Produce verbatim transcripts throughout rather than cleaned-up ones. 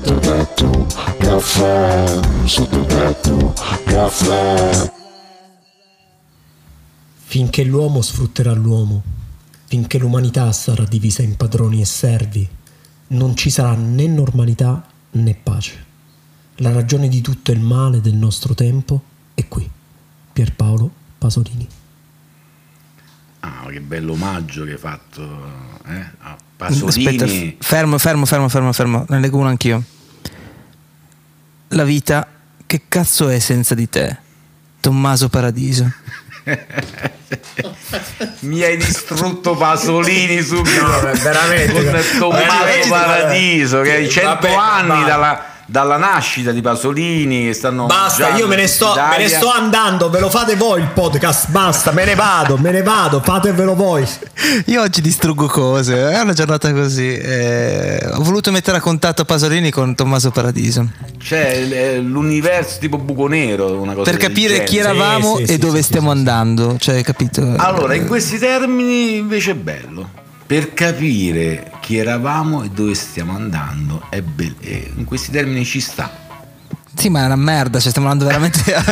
Sottotetto caffè, sottotetto caffè. Finché l'uomo sfrutterà l'uomo, finché l'umanità sarà divisa in padroni e servi, non ci sarà né normalità né pace. La ragione di tutto il male del nostro tempo è qui. Pierpaolo Pasolini. Ah, che bello omaggio che hai fatto, eh? A Pasolini. Aspetta, fermo, fermo, fermo, fermo, fermo. Ne leggo uno anch'io. La vita, che cazzo è senza di te? Tommaso Paradiso. Mi hai distrutto Pasolini subito. No, veramente. Con Tommaso Paradiso, che hai cento anni vabbè. dalla, dalla nascita di Pasolini che stanno Basta, io me ne, sto, me ne sto andando, ve lo fate voi il podcast, basta, me ne vado, me ne vado, fatevelo voi. Io oggi distruggo cose, è una giornata così. Eh, ho voluto mettere a contatto Pasolini con Tommaso Paradiso. C'è l'universo tipo buco nero, una cosa Per del capire chi genere. eravamo Sì, sì, e sì, dove sì, stiamo sì, andando, cioè, capito? Allora, in questi termini invece è bello. Per capire chi eravamo e dove stiamo andando è bello. E in questi termini ci sta. Sì, ma è una merda, cioè stiamo andando veramente a...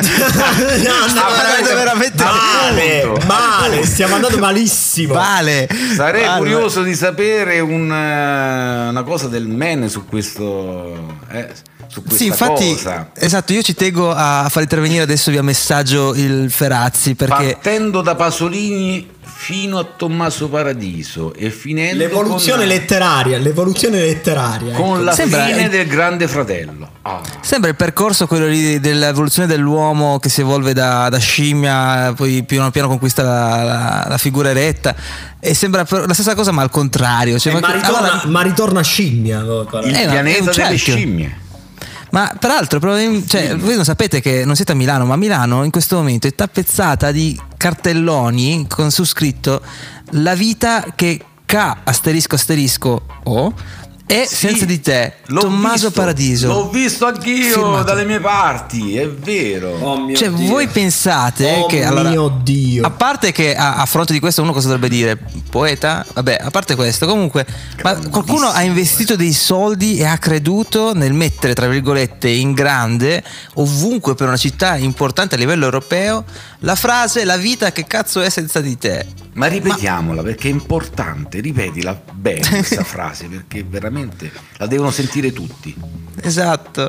No, stiamo andando veramente male, appunto, male, appunto. stiamo andando malissimo. Vale. Sarei Vale. curioso di sapere un, eh, una cosa del Men su questo, eh, su questa Sì, infatti, cosa. esatto, io ci tengo a far intervenire adesso via messaggio il Ferazzi, perché Partendo da Pasolini fino a Tommaso Paradiso e finendo L'evoluzione con, letteraria, l'evoluzione letteraria. con ecco. la Sembra- fine del Grande Fratello. Ah. sembra il percorso quello lì dell'evoluzione dell'uomo che si evolve da, da scimmia, poi piano piano conquista la, la, la figura eretta, e sembra per- la stessa cosa ma al contrario, cioè, Eh, ma, ma, ritorna, allora- ma ritorna scimmia. no? Il Eh, ma è pianeta un delle cerchio. scimmie. ma peraltro probabilmente- cioè, voi non sapete che non siete a Milano, ma Milano in questo momento è tappezzata di cartelloni con su scritto la vita che K asterisco asterisco o è Sì, senza di te, l'ho Tommaso visto, Paradiso. L'ho visto anch'io Firmato. dalle mie parti, è vero. Oh mio Cioè, Dio. voi pensate Oh che allora, mio Dio. a parte che a, a fronte di questo uno cosa dovrebbe dire? Poeta? Vabbè, a parte questo, comunque, ma qualcuno ha investito dei soldi e ha creduto nel mettere, tra virgolette, in grande, ovunque per una città importante a livello europeo, la frase la vita che cazzo è senza di te. Ma ripetiamola perché è importante, ripetila bene questa frase perché veramente la devono sentire tutti. Esatto.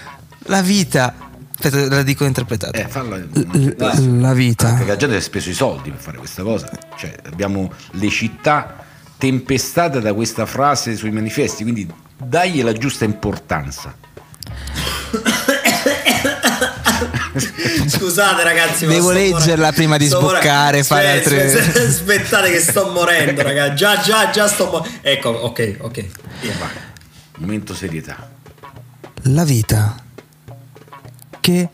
La vita. Aspetta, la dico interpretata. Eh, farla, L- l- la vita. Perché la gente ha speso i soldi per fare questa cosa. Cioè, abbiamo le città tempestate da questa frase sui manifesti, quindi dagli la giusta importanza. Scusate ragazzi, ma Devo sto leggerla morendo. prima di Sto sboccare, morendo. fare Aspetta, altre- aspetta, aspettate che sto morendo, ragazzi. Già, già, già sto morendo. Ecco, ok, ok. Vai. Momento serietà. La vita. Che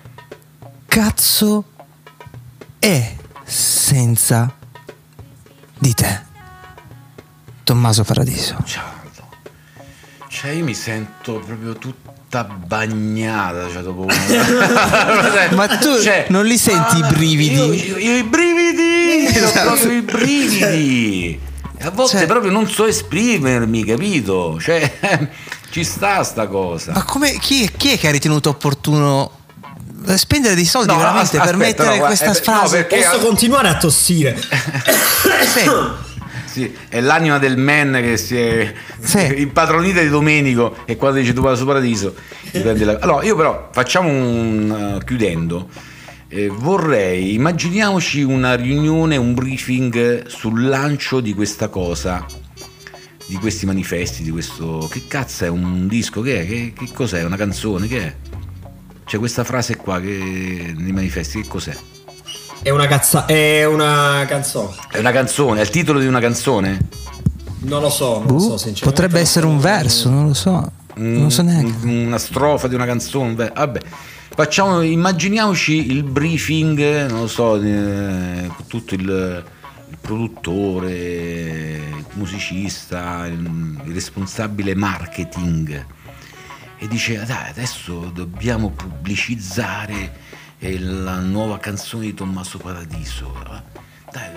cazzo è senza di te? Tommaso Paradiso. Ciao. Cioè io mi sento proprio tutta bagnata, cioè dopo una... Ma tu Cioè, non li senti i brividi? Io, io, io i brividi, ho proprio i brividi. A volte Cioè- proprio non so esprimermi, capito? Cioè, ci sta sta cosa. Ma come chi, chi è che ha ritenuto opportuno spendere dei soldi No, veramente as- per aspetta, mettere no, questa guarda, eh, no, frase? perché- Posso continuare a tossire? Sì. Sì, è l'anima del Men che si è Sì. impadronita di Domenico e quando dice tu vai su Paradiso ti prendi la... Allora io però facciamo un uh, chiudendo eh, vorrei immaginiamoci una riunione, un briefing sul lancio di questa cosa, di questi manifesti, di questo, che cazzo è un disco, che è, che, che cos'è, una canzone, che è? C'è questa frase qua che nei manifesti, che cos'è? È una cazza, è una canzone. È una canzone, è il titolo di una canzone? Non lo so, non lo Boh, so sinceramente. potrebbe essere un verso, non lo so. Non lo so neanche. Un- una strofa di una canzone. Beh, vabbè, facciamo, immaginiamoci il briefing, non lo so, eh, tutto il, il produttore, il musicista, il, il responsabile marketing e dice dai, adesso dobbiamo pubblicizzare eh, la nuova canzone di Tommaso Paradiso. Dai,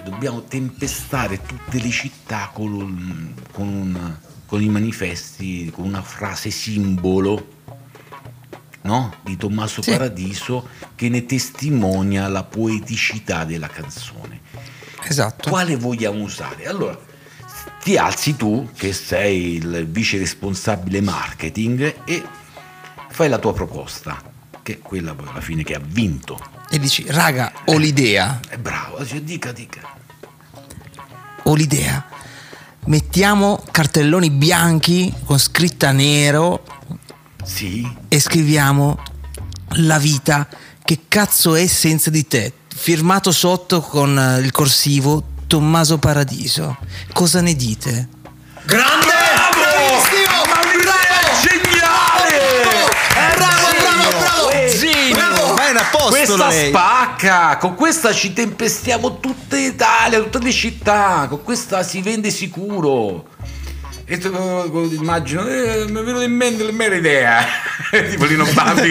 dobbiamo tempestare tutte le città con, con, un, con i manifesti, con una frase simbolo, no? Di Tommaso Sì. Paradiso, che ne testimonia la poeticità della canzone. Esatto. Quale vogliamo usare? Allora, ti alzi tu, che sei il vice responsabile marketing, e fai la tua proposta, che è quella poi alla fine che ha vinto. E dici, raga, ho l'idea, È bravo, dice, dica, dica. ho l'idea. Mettiamo cartelloni bianchi con scritta nero Sì, e scriviamo la vita, che cazzo è senza di te? Firmato sotto con eh, il corsivo Tommaso Paradiso. Cosa ne dite? Grande! Bravissimo! geniale! Bravo, bravo, bravo! Genio! Ma è un apostolo Questa lei. spacca, con questa ci tempestiamo tutta l'Italia, tutte le città, con questa si vende sicuro. E tu, immagino, eh, mi è venuta in mente la mera idea. Tipo Lino Bambi.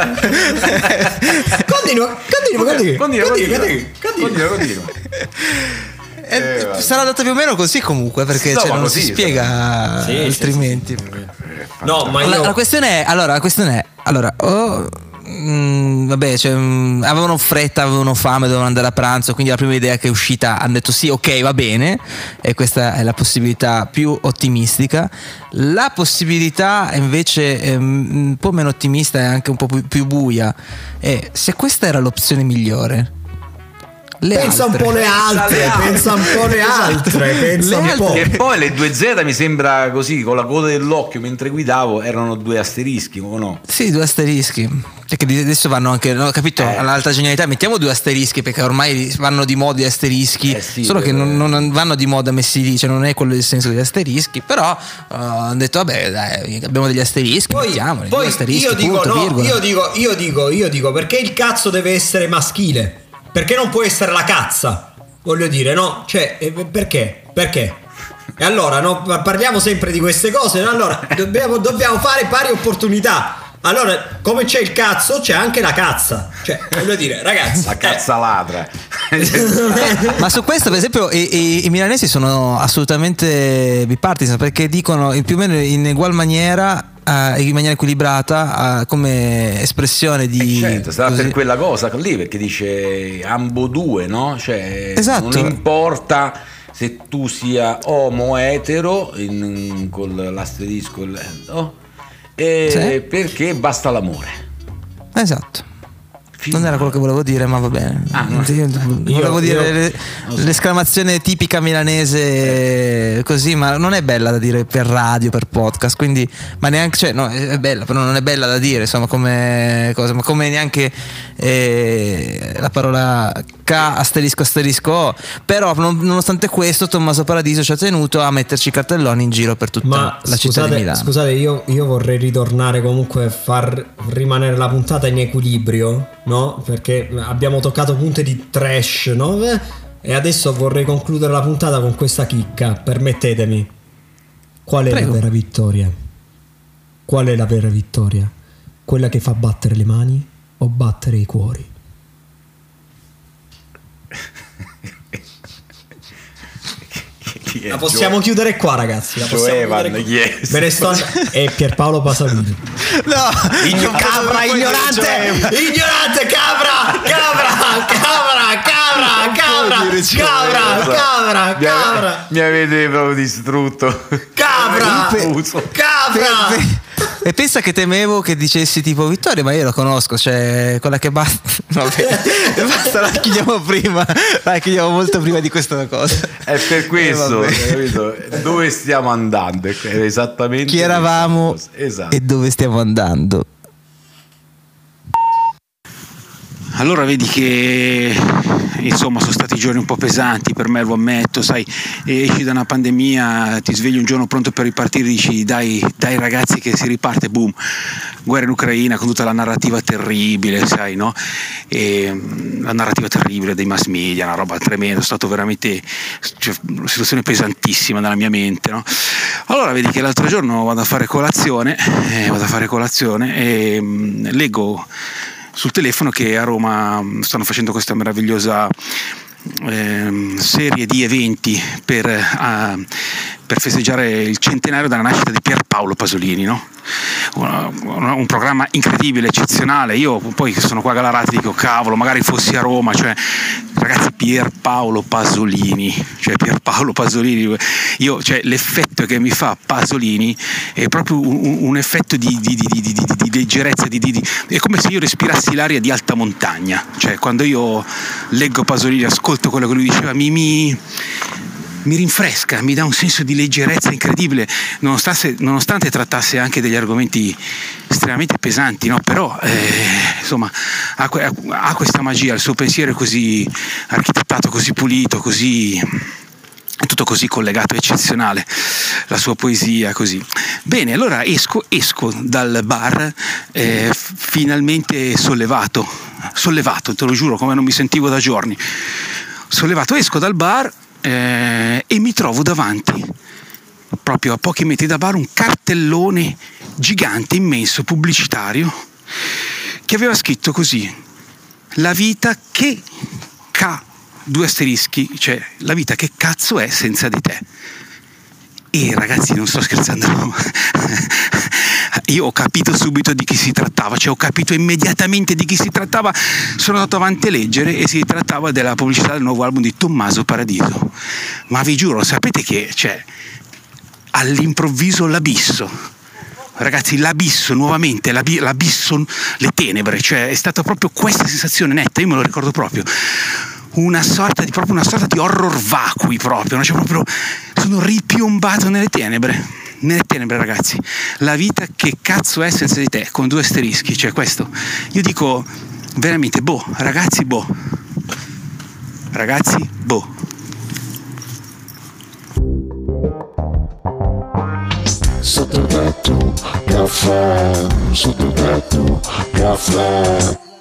Continua, continua, continua. Continua, Continua, continua, continua, continua. Eh, Eh, vabbè. sarà andata più o meno così comunque, perché No, cioè, ma non così, si spiega sì, sì, altrimenti. No, ma La, io... la questione è, allora, la questione è, allora, oh, mm, vabbè, cioè, mm, avevano fretta, avevano fame, dovevano andare a pranzo, quindi la prima idea che è uscita hanno detto sì, ok, va bene, e questa è la possibilità più ottimistica. La possibilità invece è un po' meno ottimista e anche un po' più, più buia, è se questa era l'opzione migliore. Le Pensa altre. un po' le altre, Pensa alle pensa un po' le altre, pensa Le un po'. E poi le due Z mi sembra così, con la coda dell'occhio mentre guidavo, erano due asterischi, o no? Sì, due asterischi. Perché di- adesso vanno anche, no, capito? Eh. All'alta genialità mettiamo due asterischi, perché ormai vanno di moda gli asterischi. Eh sì, solo che eh. non, non vanno di moda messi lì, cioè non è quello il senso degli asterischi. Però uh, hanno detto, vabbè, dai, abbiamo degli asterischi, Poi, mettiamoli. poi due asterischi, io dico punto, no, virgola. io dico, io dico, io dico perché il cazzo deve essere maschile? Perché non può essere la cazza? Voglio dire, no? Cioè, eh, perché? Perché? E allora, no, parliamo sempre di queste cose. No? Allora, dobbiamo, dobbiamo fare pari opportunità. Allora, come c'è il cazzo, c'è anche la cazza. Cioè, voglio dire, ragazzi. La cazza ladra. Ma su questo, per esempio, i, i- i milanesi sono assolutamente bipartisan, perché dicono più o meno in ugual maniera, eh, in maniera equilibrata, eh, come espressione di. Certo, sarà così- per quella cosa lì, perché dice ambo due, no? Cioè, Esatto. non importa se tu sia omo etero in, con l'asterisco, il- no? E Sì. perché basta l'amore. Esatto. Non era quello che volevo dire, ma va bene. Ah, no. Io volevo Io- dire io- le- l'esclamazione tipica milanese così, ma non è bella da dire per radio, per podcast, quindi, ma neanche, cioè, no, è bella, però non è bella da dire, insomma, come cosa, ma come neanche eh, la parola K asterisco asterisco O. Però non- nonostante questo Tommaso Paradiso ci ha tenuto a metterci cartelloni in giro per tutta Ma la città di scusate, Milano. scusate io, io vorrei ritornare comunque a far rimanere la puntata in equilibrio, no? Perché abbiamo toccato punte di trash, no? Eh, E adesso vorrei concludere la puntata con questa chicca, permettetemi. Qual è Prego. la vera vittoria? Qual è la vera vittoria? Quella che fa battere le mani o battere i cuori? Chi è? La possiamo chiudere qua, ragazzi. La Joe possiamo Evan, chiudere chi è? qua. Me ne sto and- e Pierpaolo Pasolini. No, Igno- cabra, ignorante, ignorante, cabra, cabra, cabra, cabra, cabra, cabra, cabra, Mi ave- cabra, Mi avete proprio distrutto. cabra, Confuso. cabra. E pensa che temevo che dicessi tipo Vittoria, ma io la conosco, cioè quella che basta. Vabbè, basta, la chiudiamo prima, la chiudiamo molto prima di questa cosa. È per questo, Eh, vabbè. capito? Dove stiamo andando? È esattamente Chi eravamo questa cosa. Esatto. e dove stiamo andando. Allora vedi che insomma sono stati giorni un po' pesanti per me, lo ammetto, sai, esci da una pandemia, ti svegli un giorno pronto per ripartire, dici dai, dai ragazzi che si riparte, boom, guerra in Ucraina con tutta la narrativa terribile, sai, no? E, la narrativa terribile dei mass media, una roba tremenda, è stato veramente, cioè, una situazione pesantissima nella mia mente, no? Allora vedi che l'altro giorno vado a fare colazione, eh, vado a fare colazione e mh, leggo sul telefono che a Roma stanno facendo questa meravigliosa eh, serie di eventi per, uh, per festeggiare il centenario della nascita di Pierpaolo Pasolini, no? Un, un programma incredibile, eccezionale. Io poi sono qua a Gallarate dico cavolo, magari fossi a Roma, cioè ragazzi, Pierpaolo Pasolini, cioè Pierpaolo Pasolini, io, cioè, l'effetto che mi fa Pasolini è proprio un, un effetto di, di, di, di, di, di leggerezza, di, di, di, è come se io respirassi l'aria di alta montagna, cioè quando io leggo Pasolini, ascolto quello che lui diceva, mi, mi mi rinfresca, mi dà un senso di leggerezza incredibile, nonostante, nonostante trattasse anche degli argomenti estremamente pesanti, no? Però eh, insomma ha, ha questa magia, il suo pensiero è così architettato, così pulito, così, è tutto così collegato, è eccezionale, la sua poesia così. Bene, allora esco, esco dal bar eh, finalmente sollevato, sollevato, te lo giuro, come non mi sentivo da giorni, sollevato, esco dal bar Eh, e mi trovo davanti, proprio a pochi metri da bar, un cartellone gigante, immenso, pubblicitario, che aveva scritto così: la vita che ca due asterischi, cioè la vita che cazzo è senza di te. E ragazzi, non sto scherzando, io ho capito subito di chi si trattava, cioè ho capito immediatamente di chi si trattava, sono andato avanti a leggere e si trattava della pubblicità del nuovo album di Tommaso Paradiso. Ma vi giuro, sapete che cioè, all'improvviso l'abisso, ragazzi, l'abisso nuovamente, l'abisso, le tenebre, cioè è stata proprio questa sensazione netta, io me lo ricordo proprio. Una sorta di, proprio una sorta di horror vacui proprio, no? Cioè proprio sono ripiombato nelle tenebre, nelle tenebre ragazzi, la vita che cazzo è senza di te, con due asterischi, cioè questo, io dico veramente, boh, ragazzi, boh, ragazzi, boh. Sotto tetto, caffè, sotto tetto, caffè.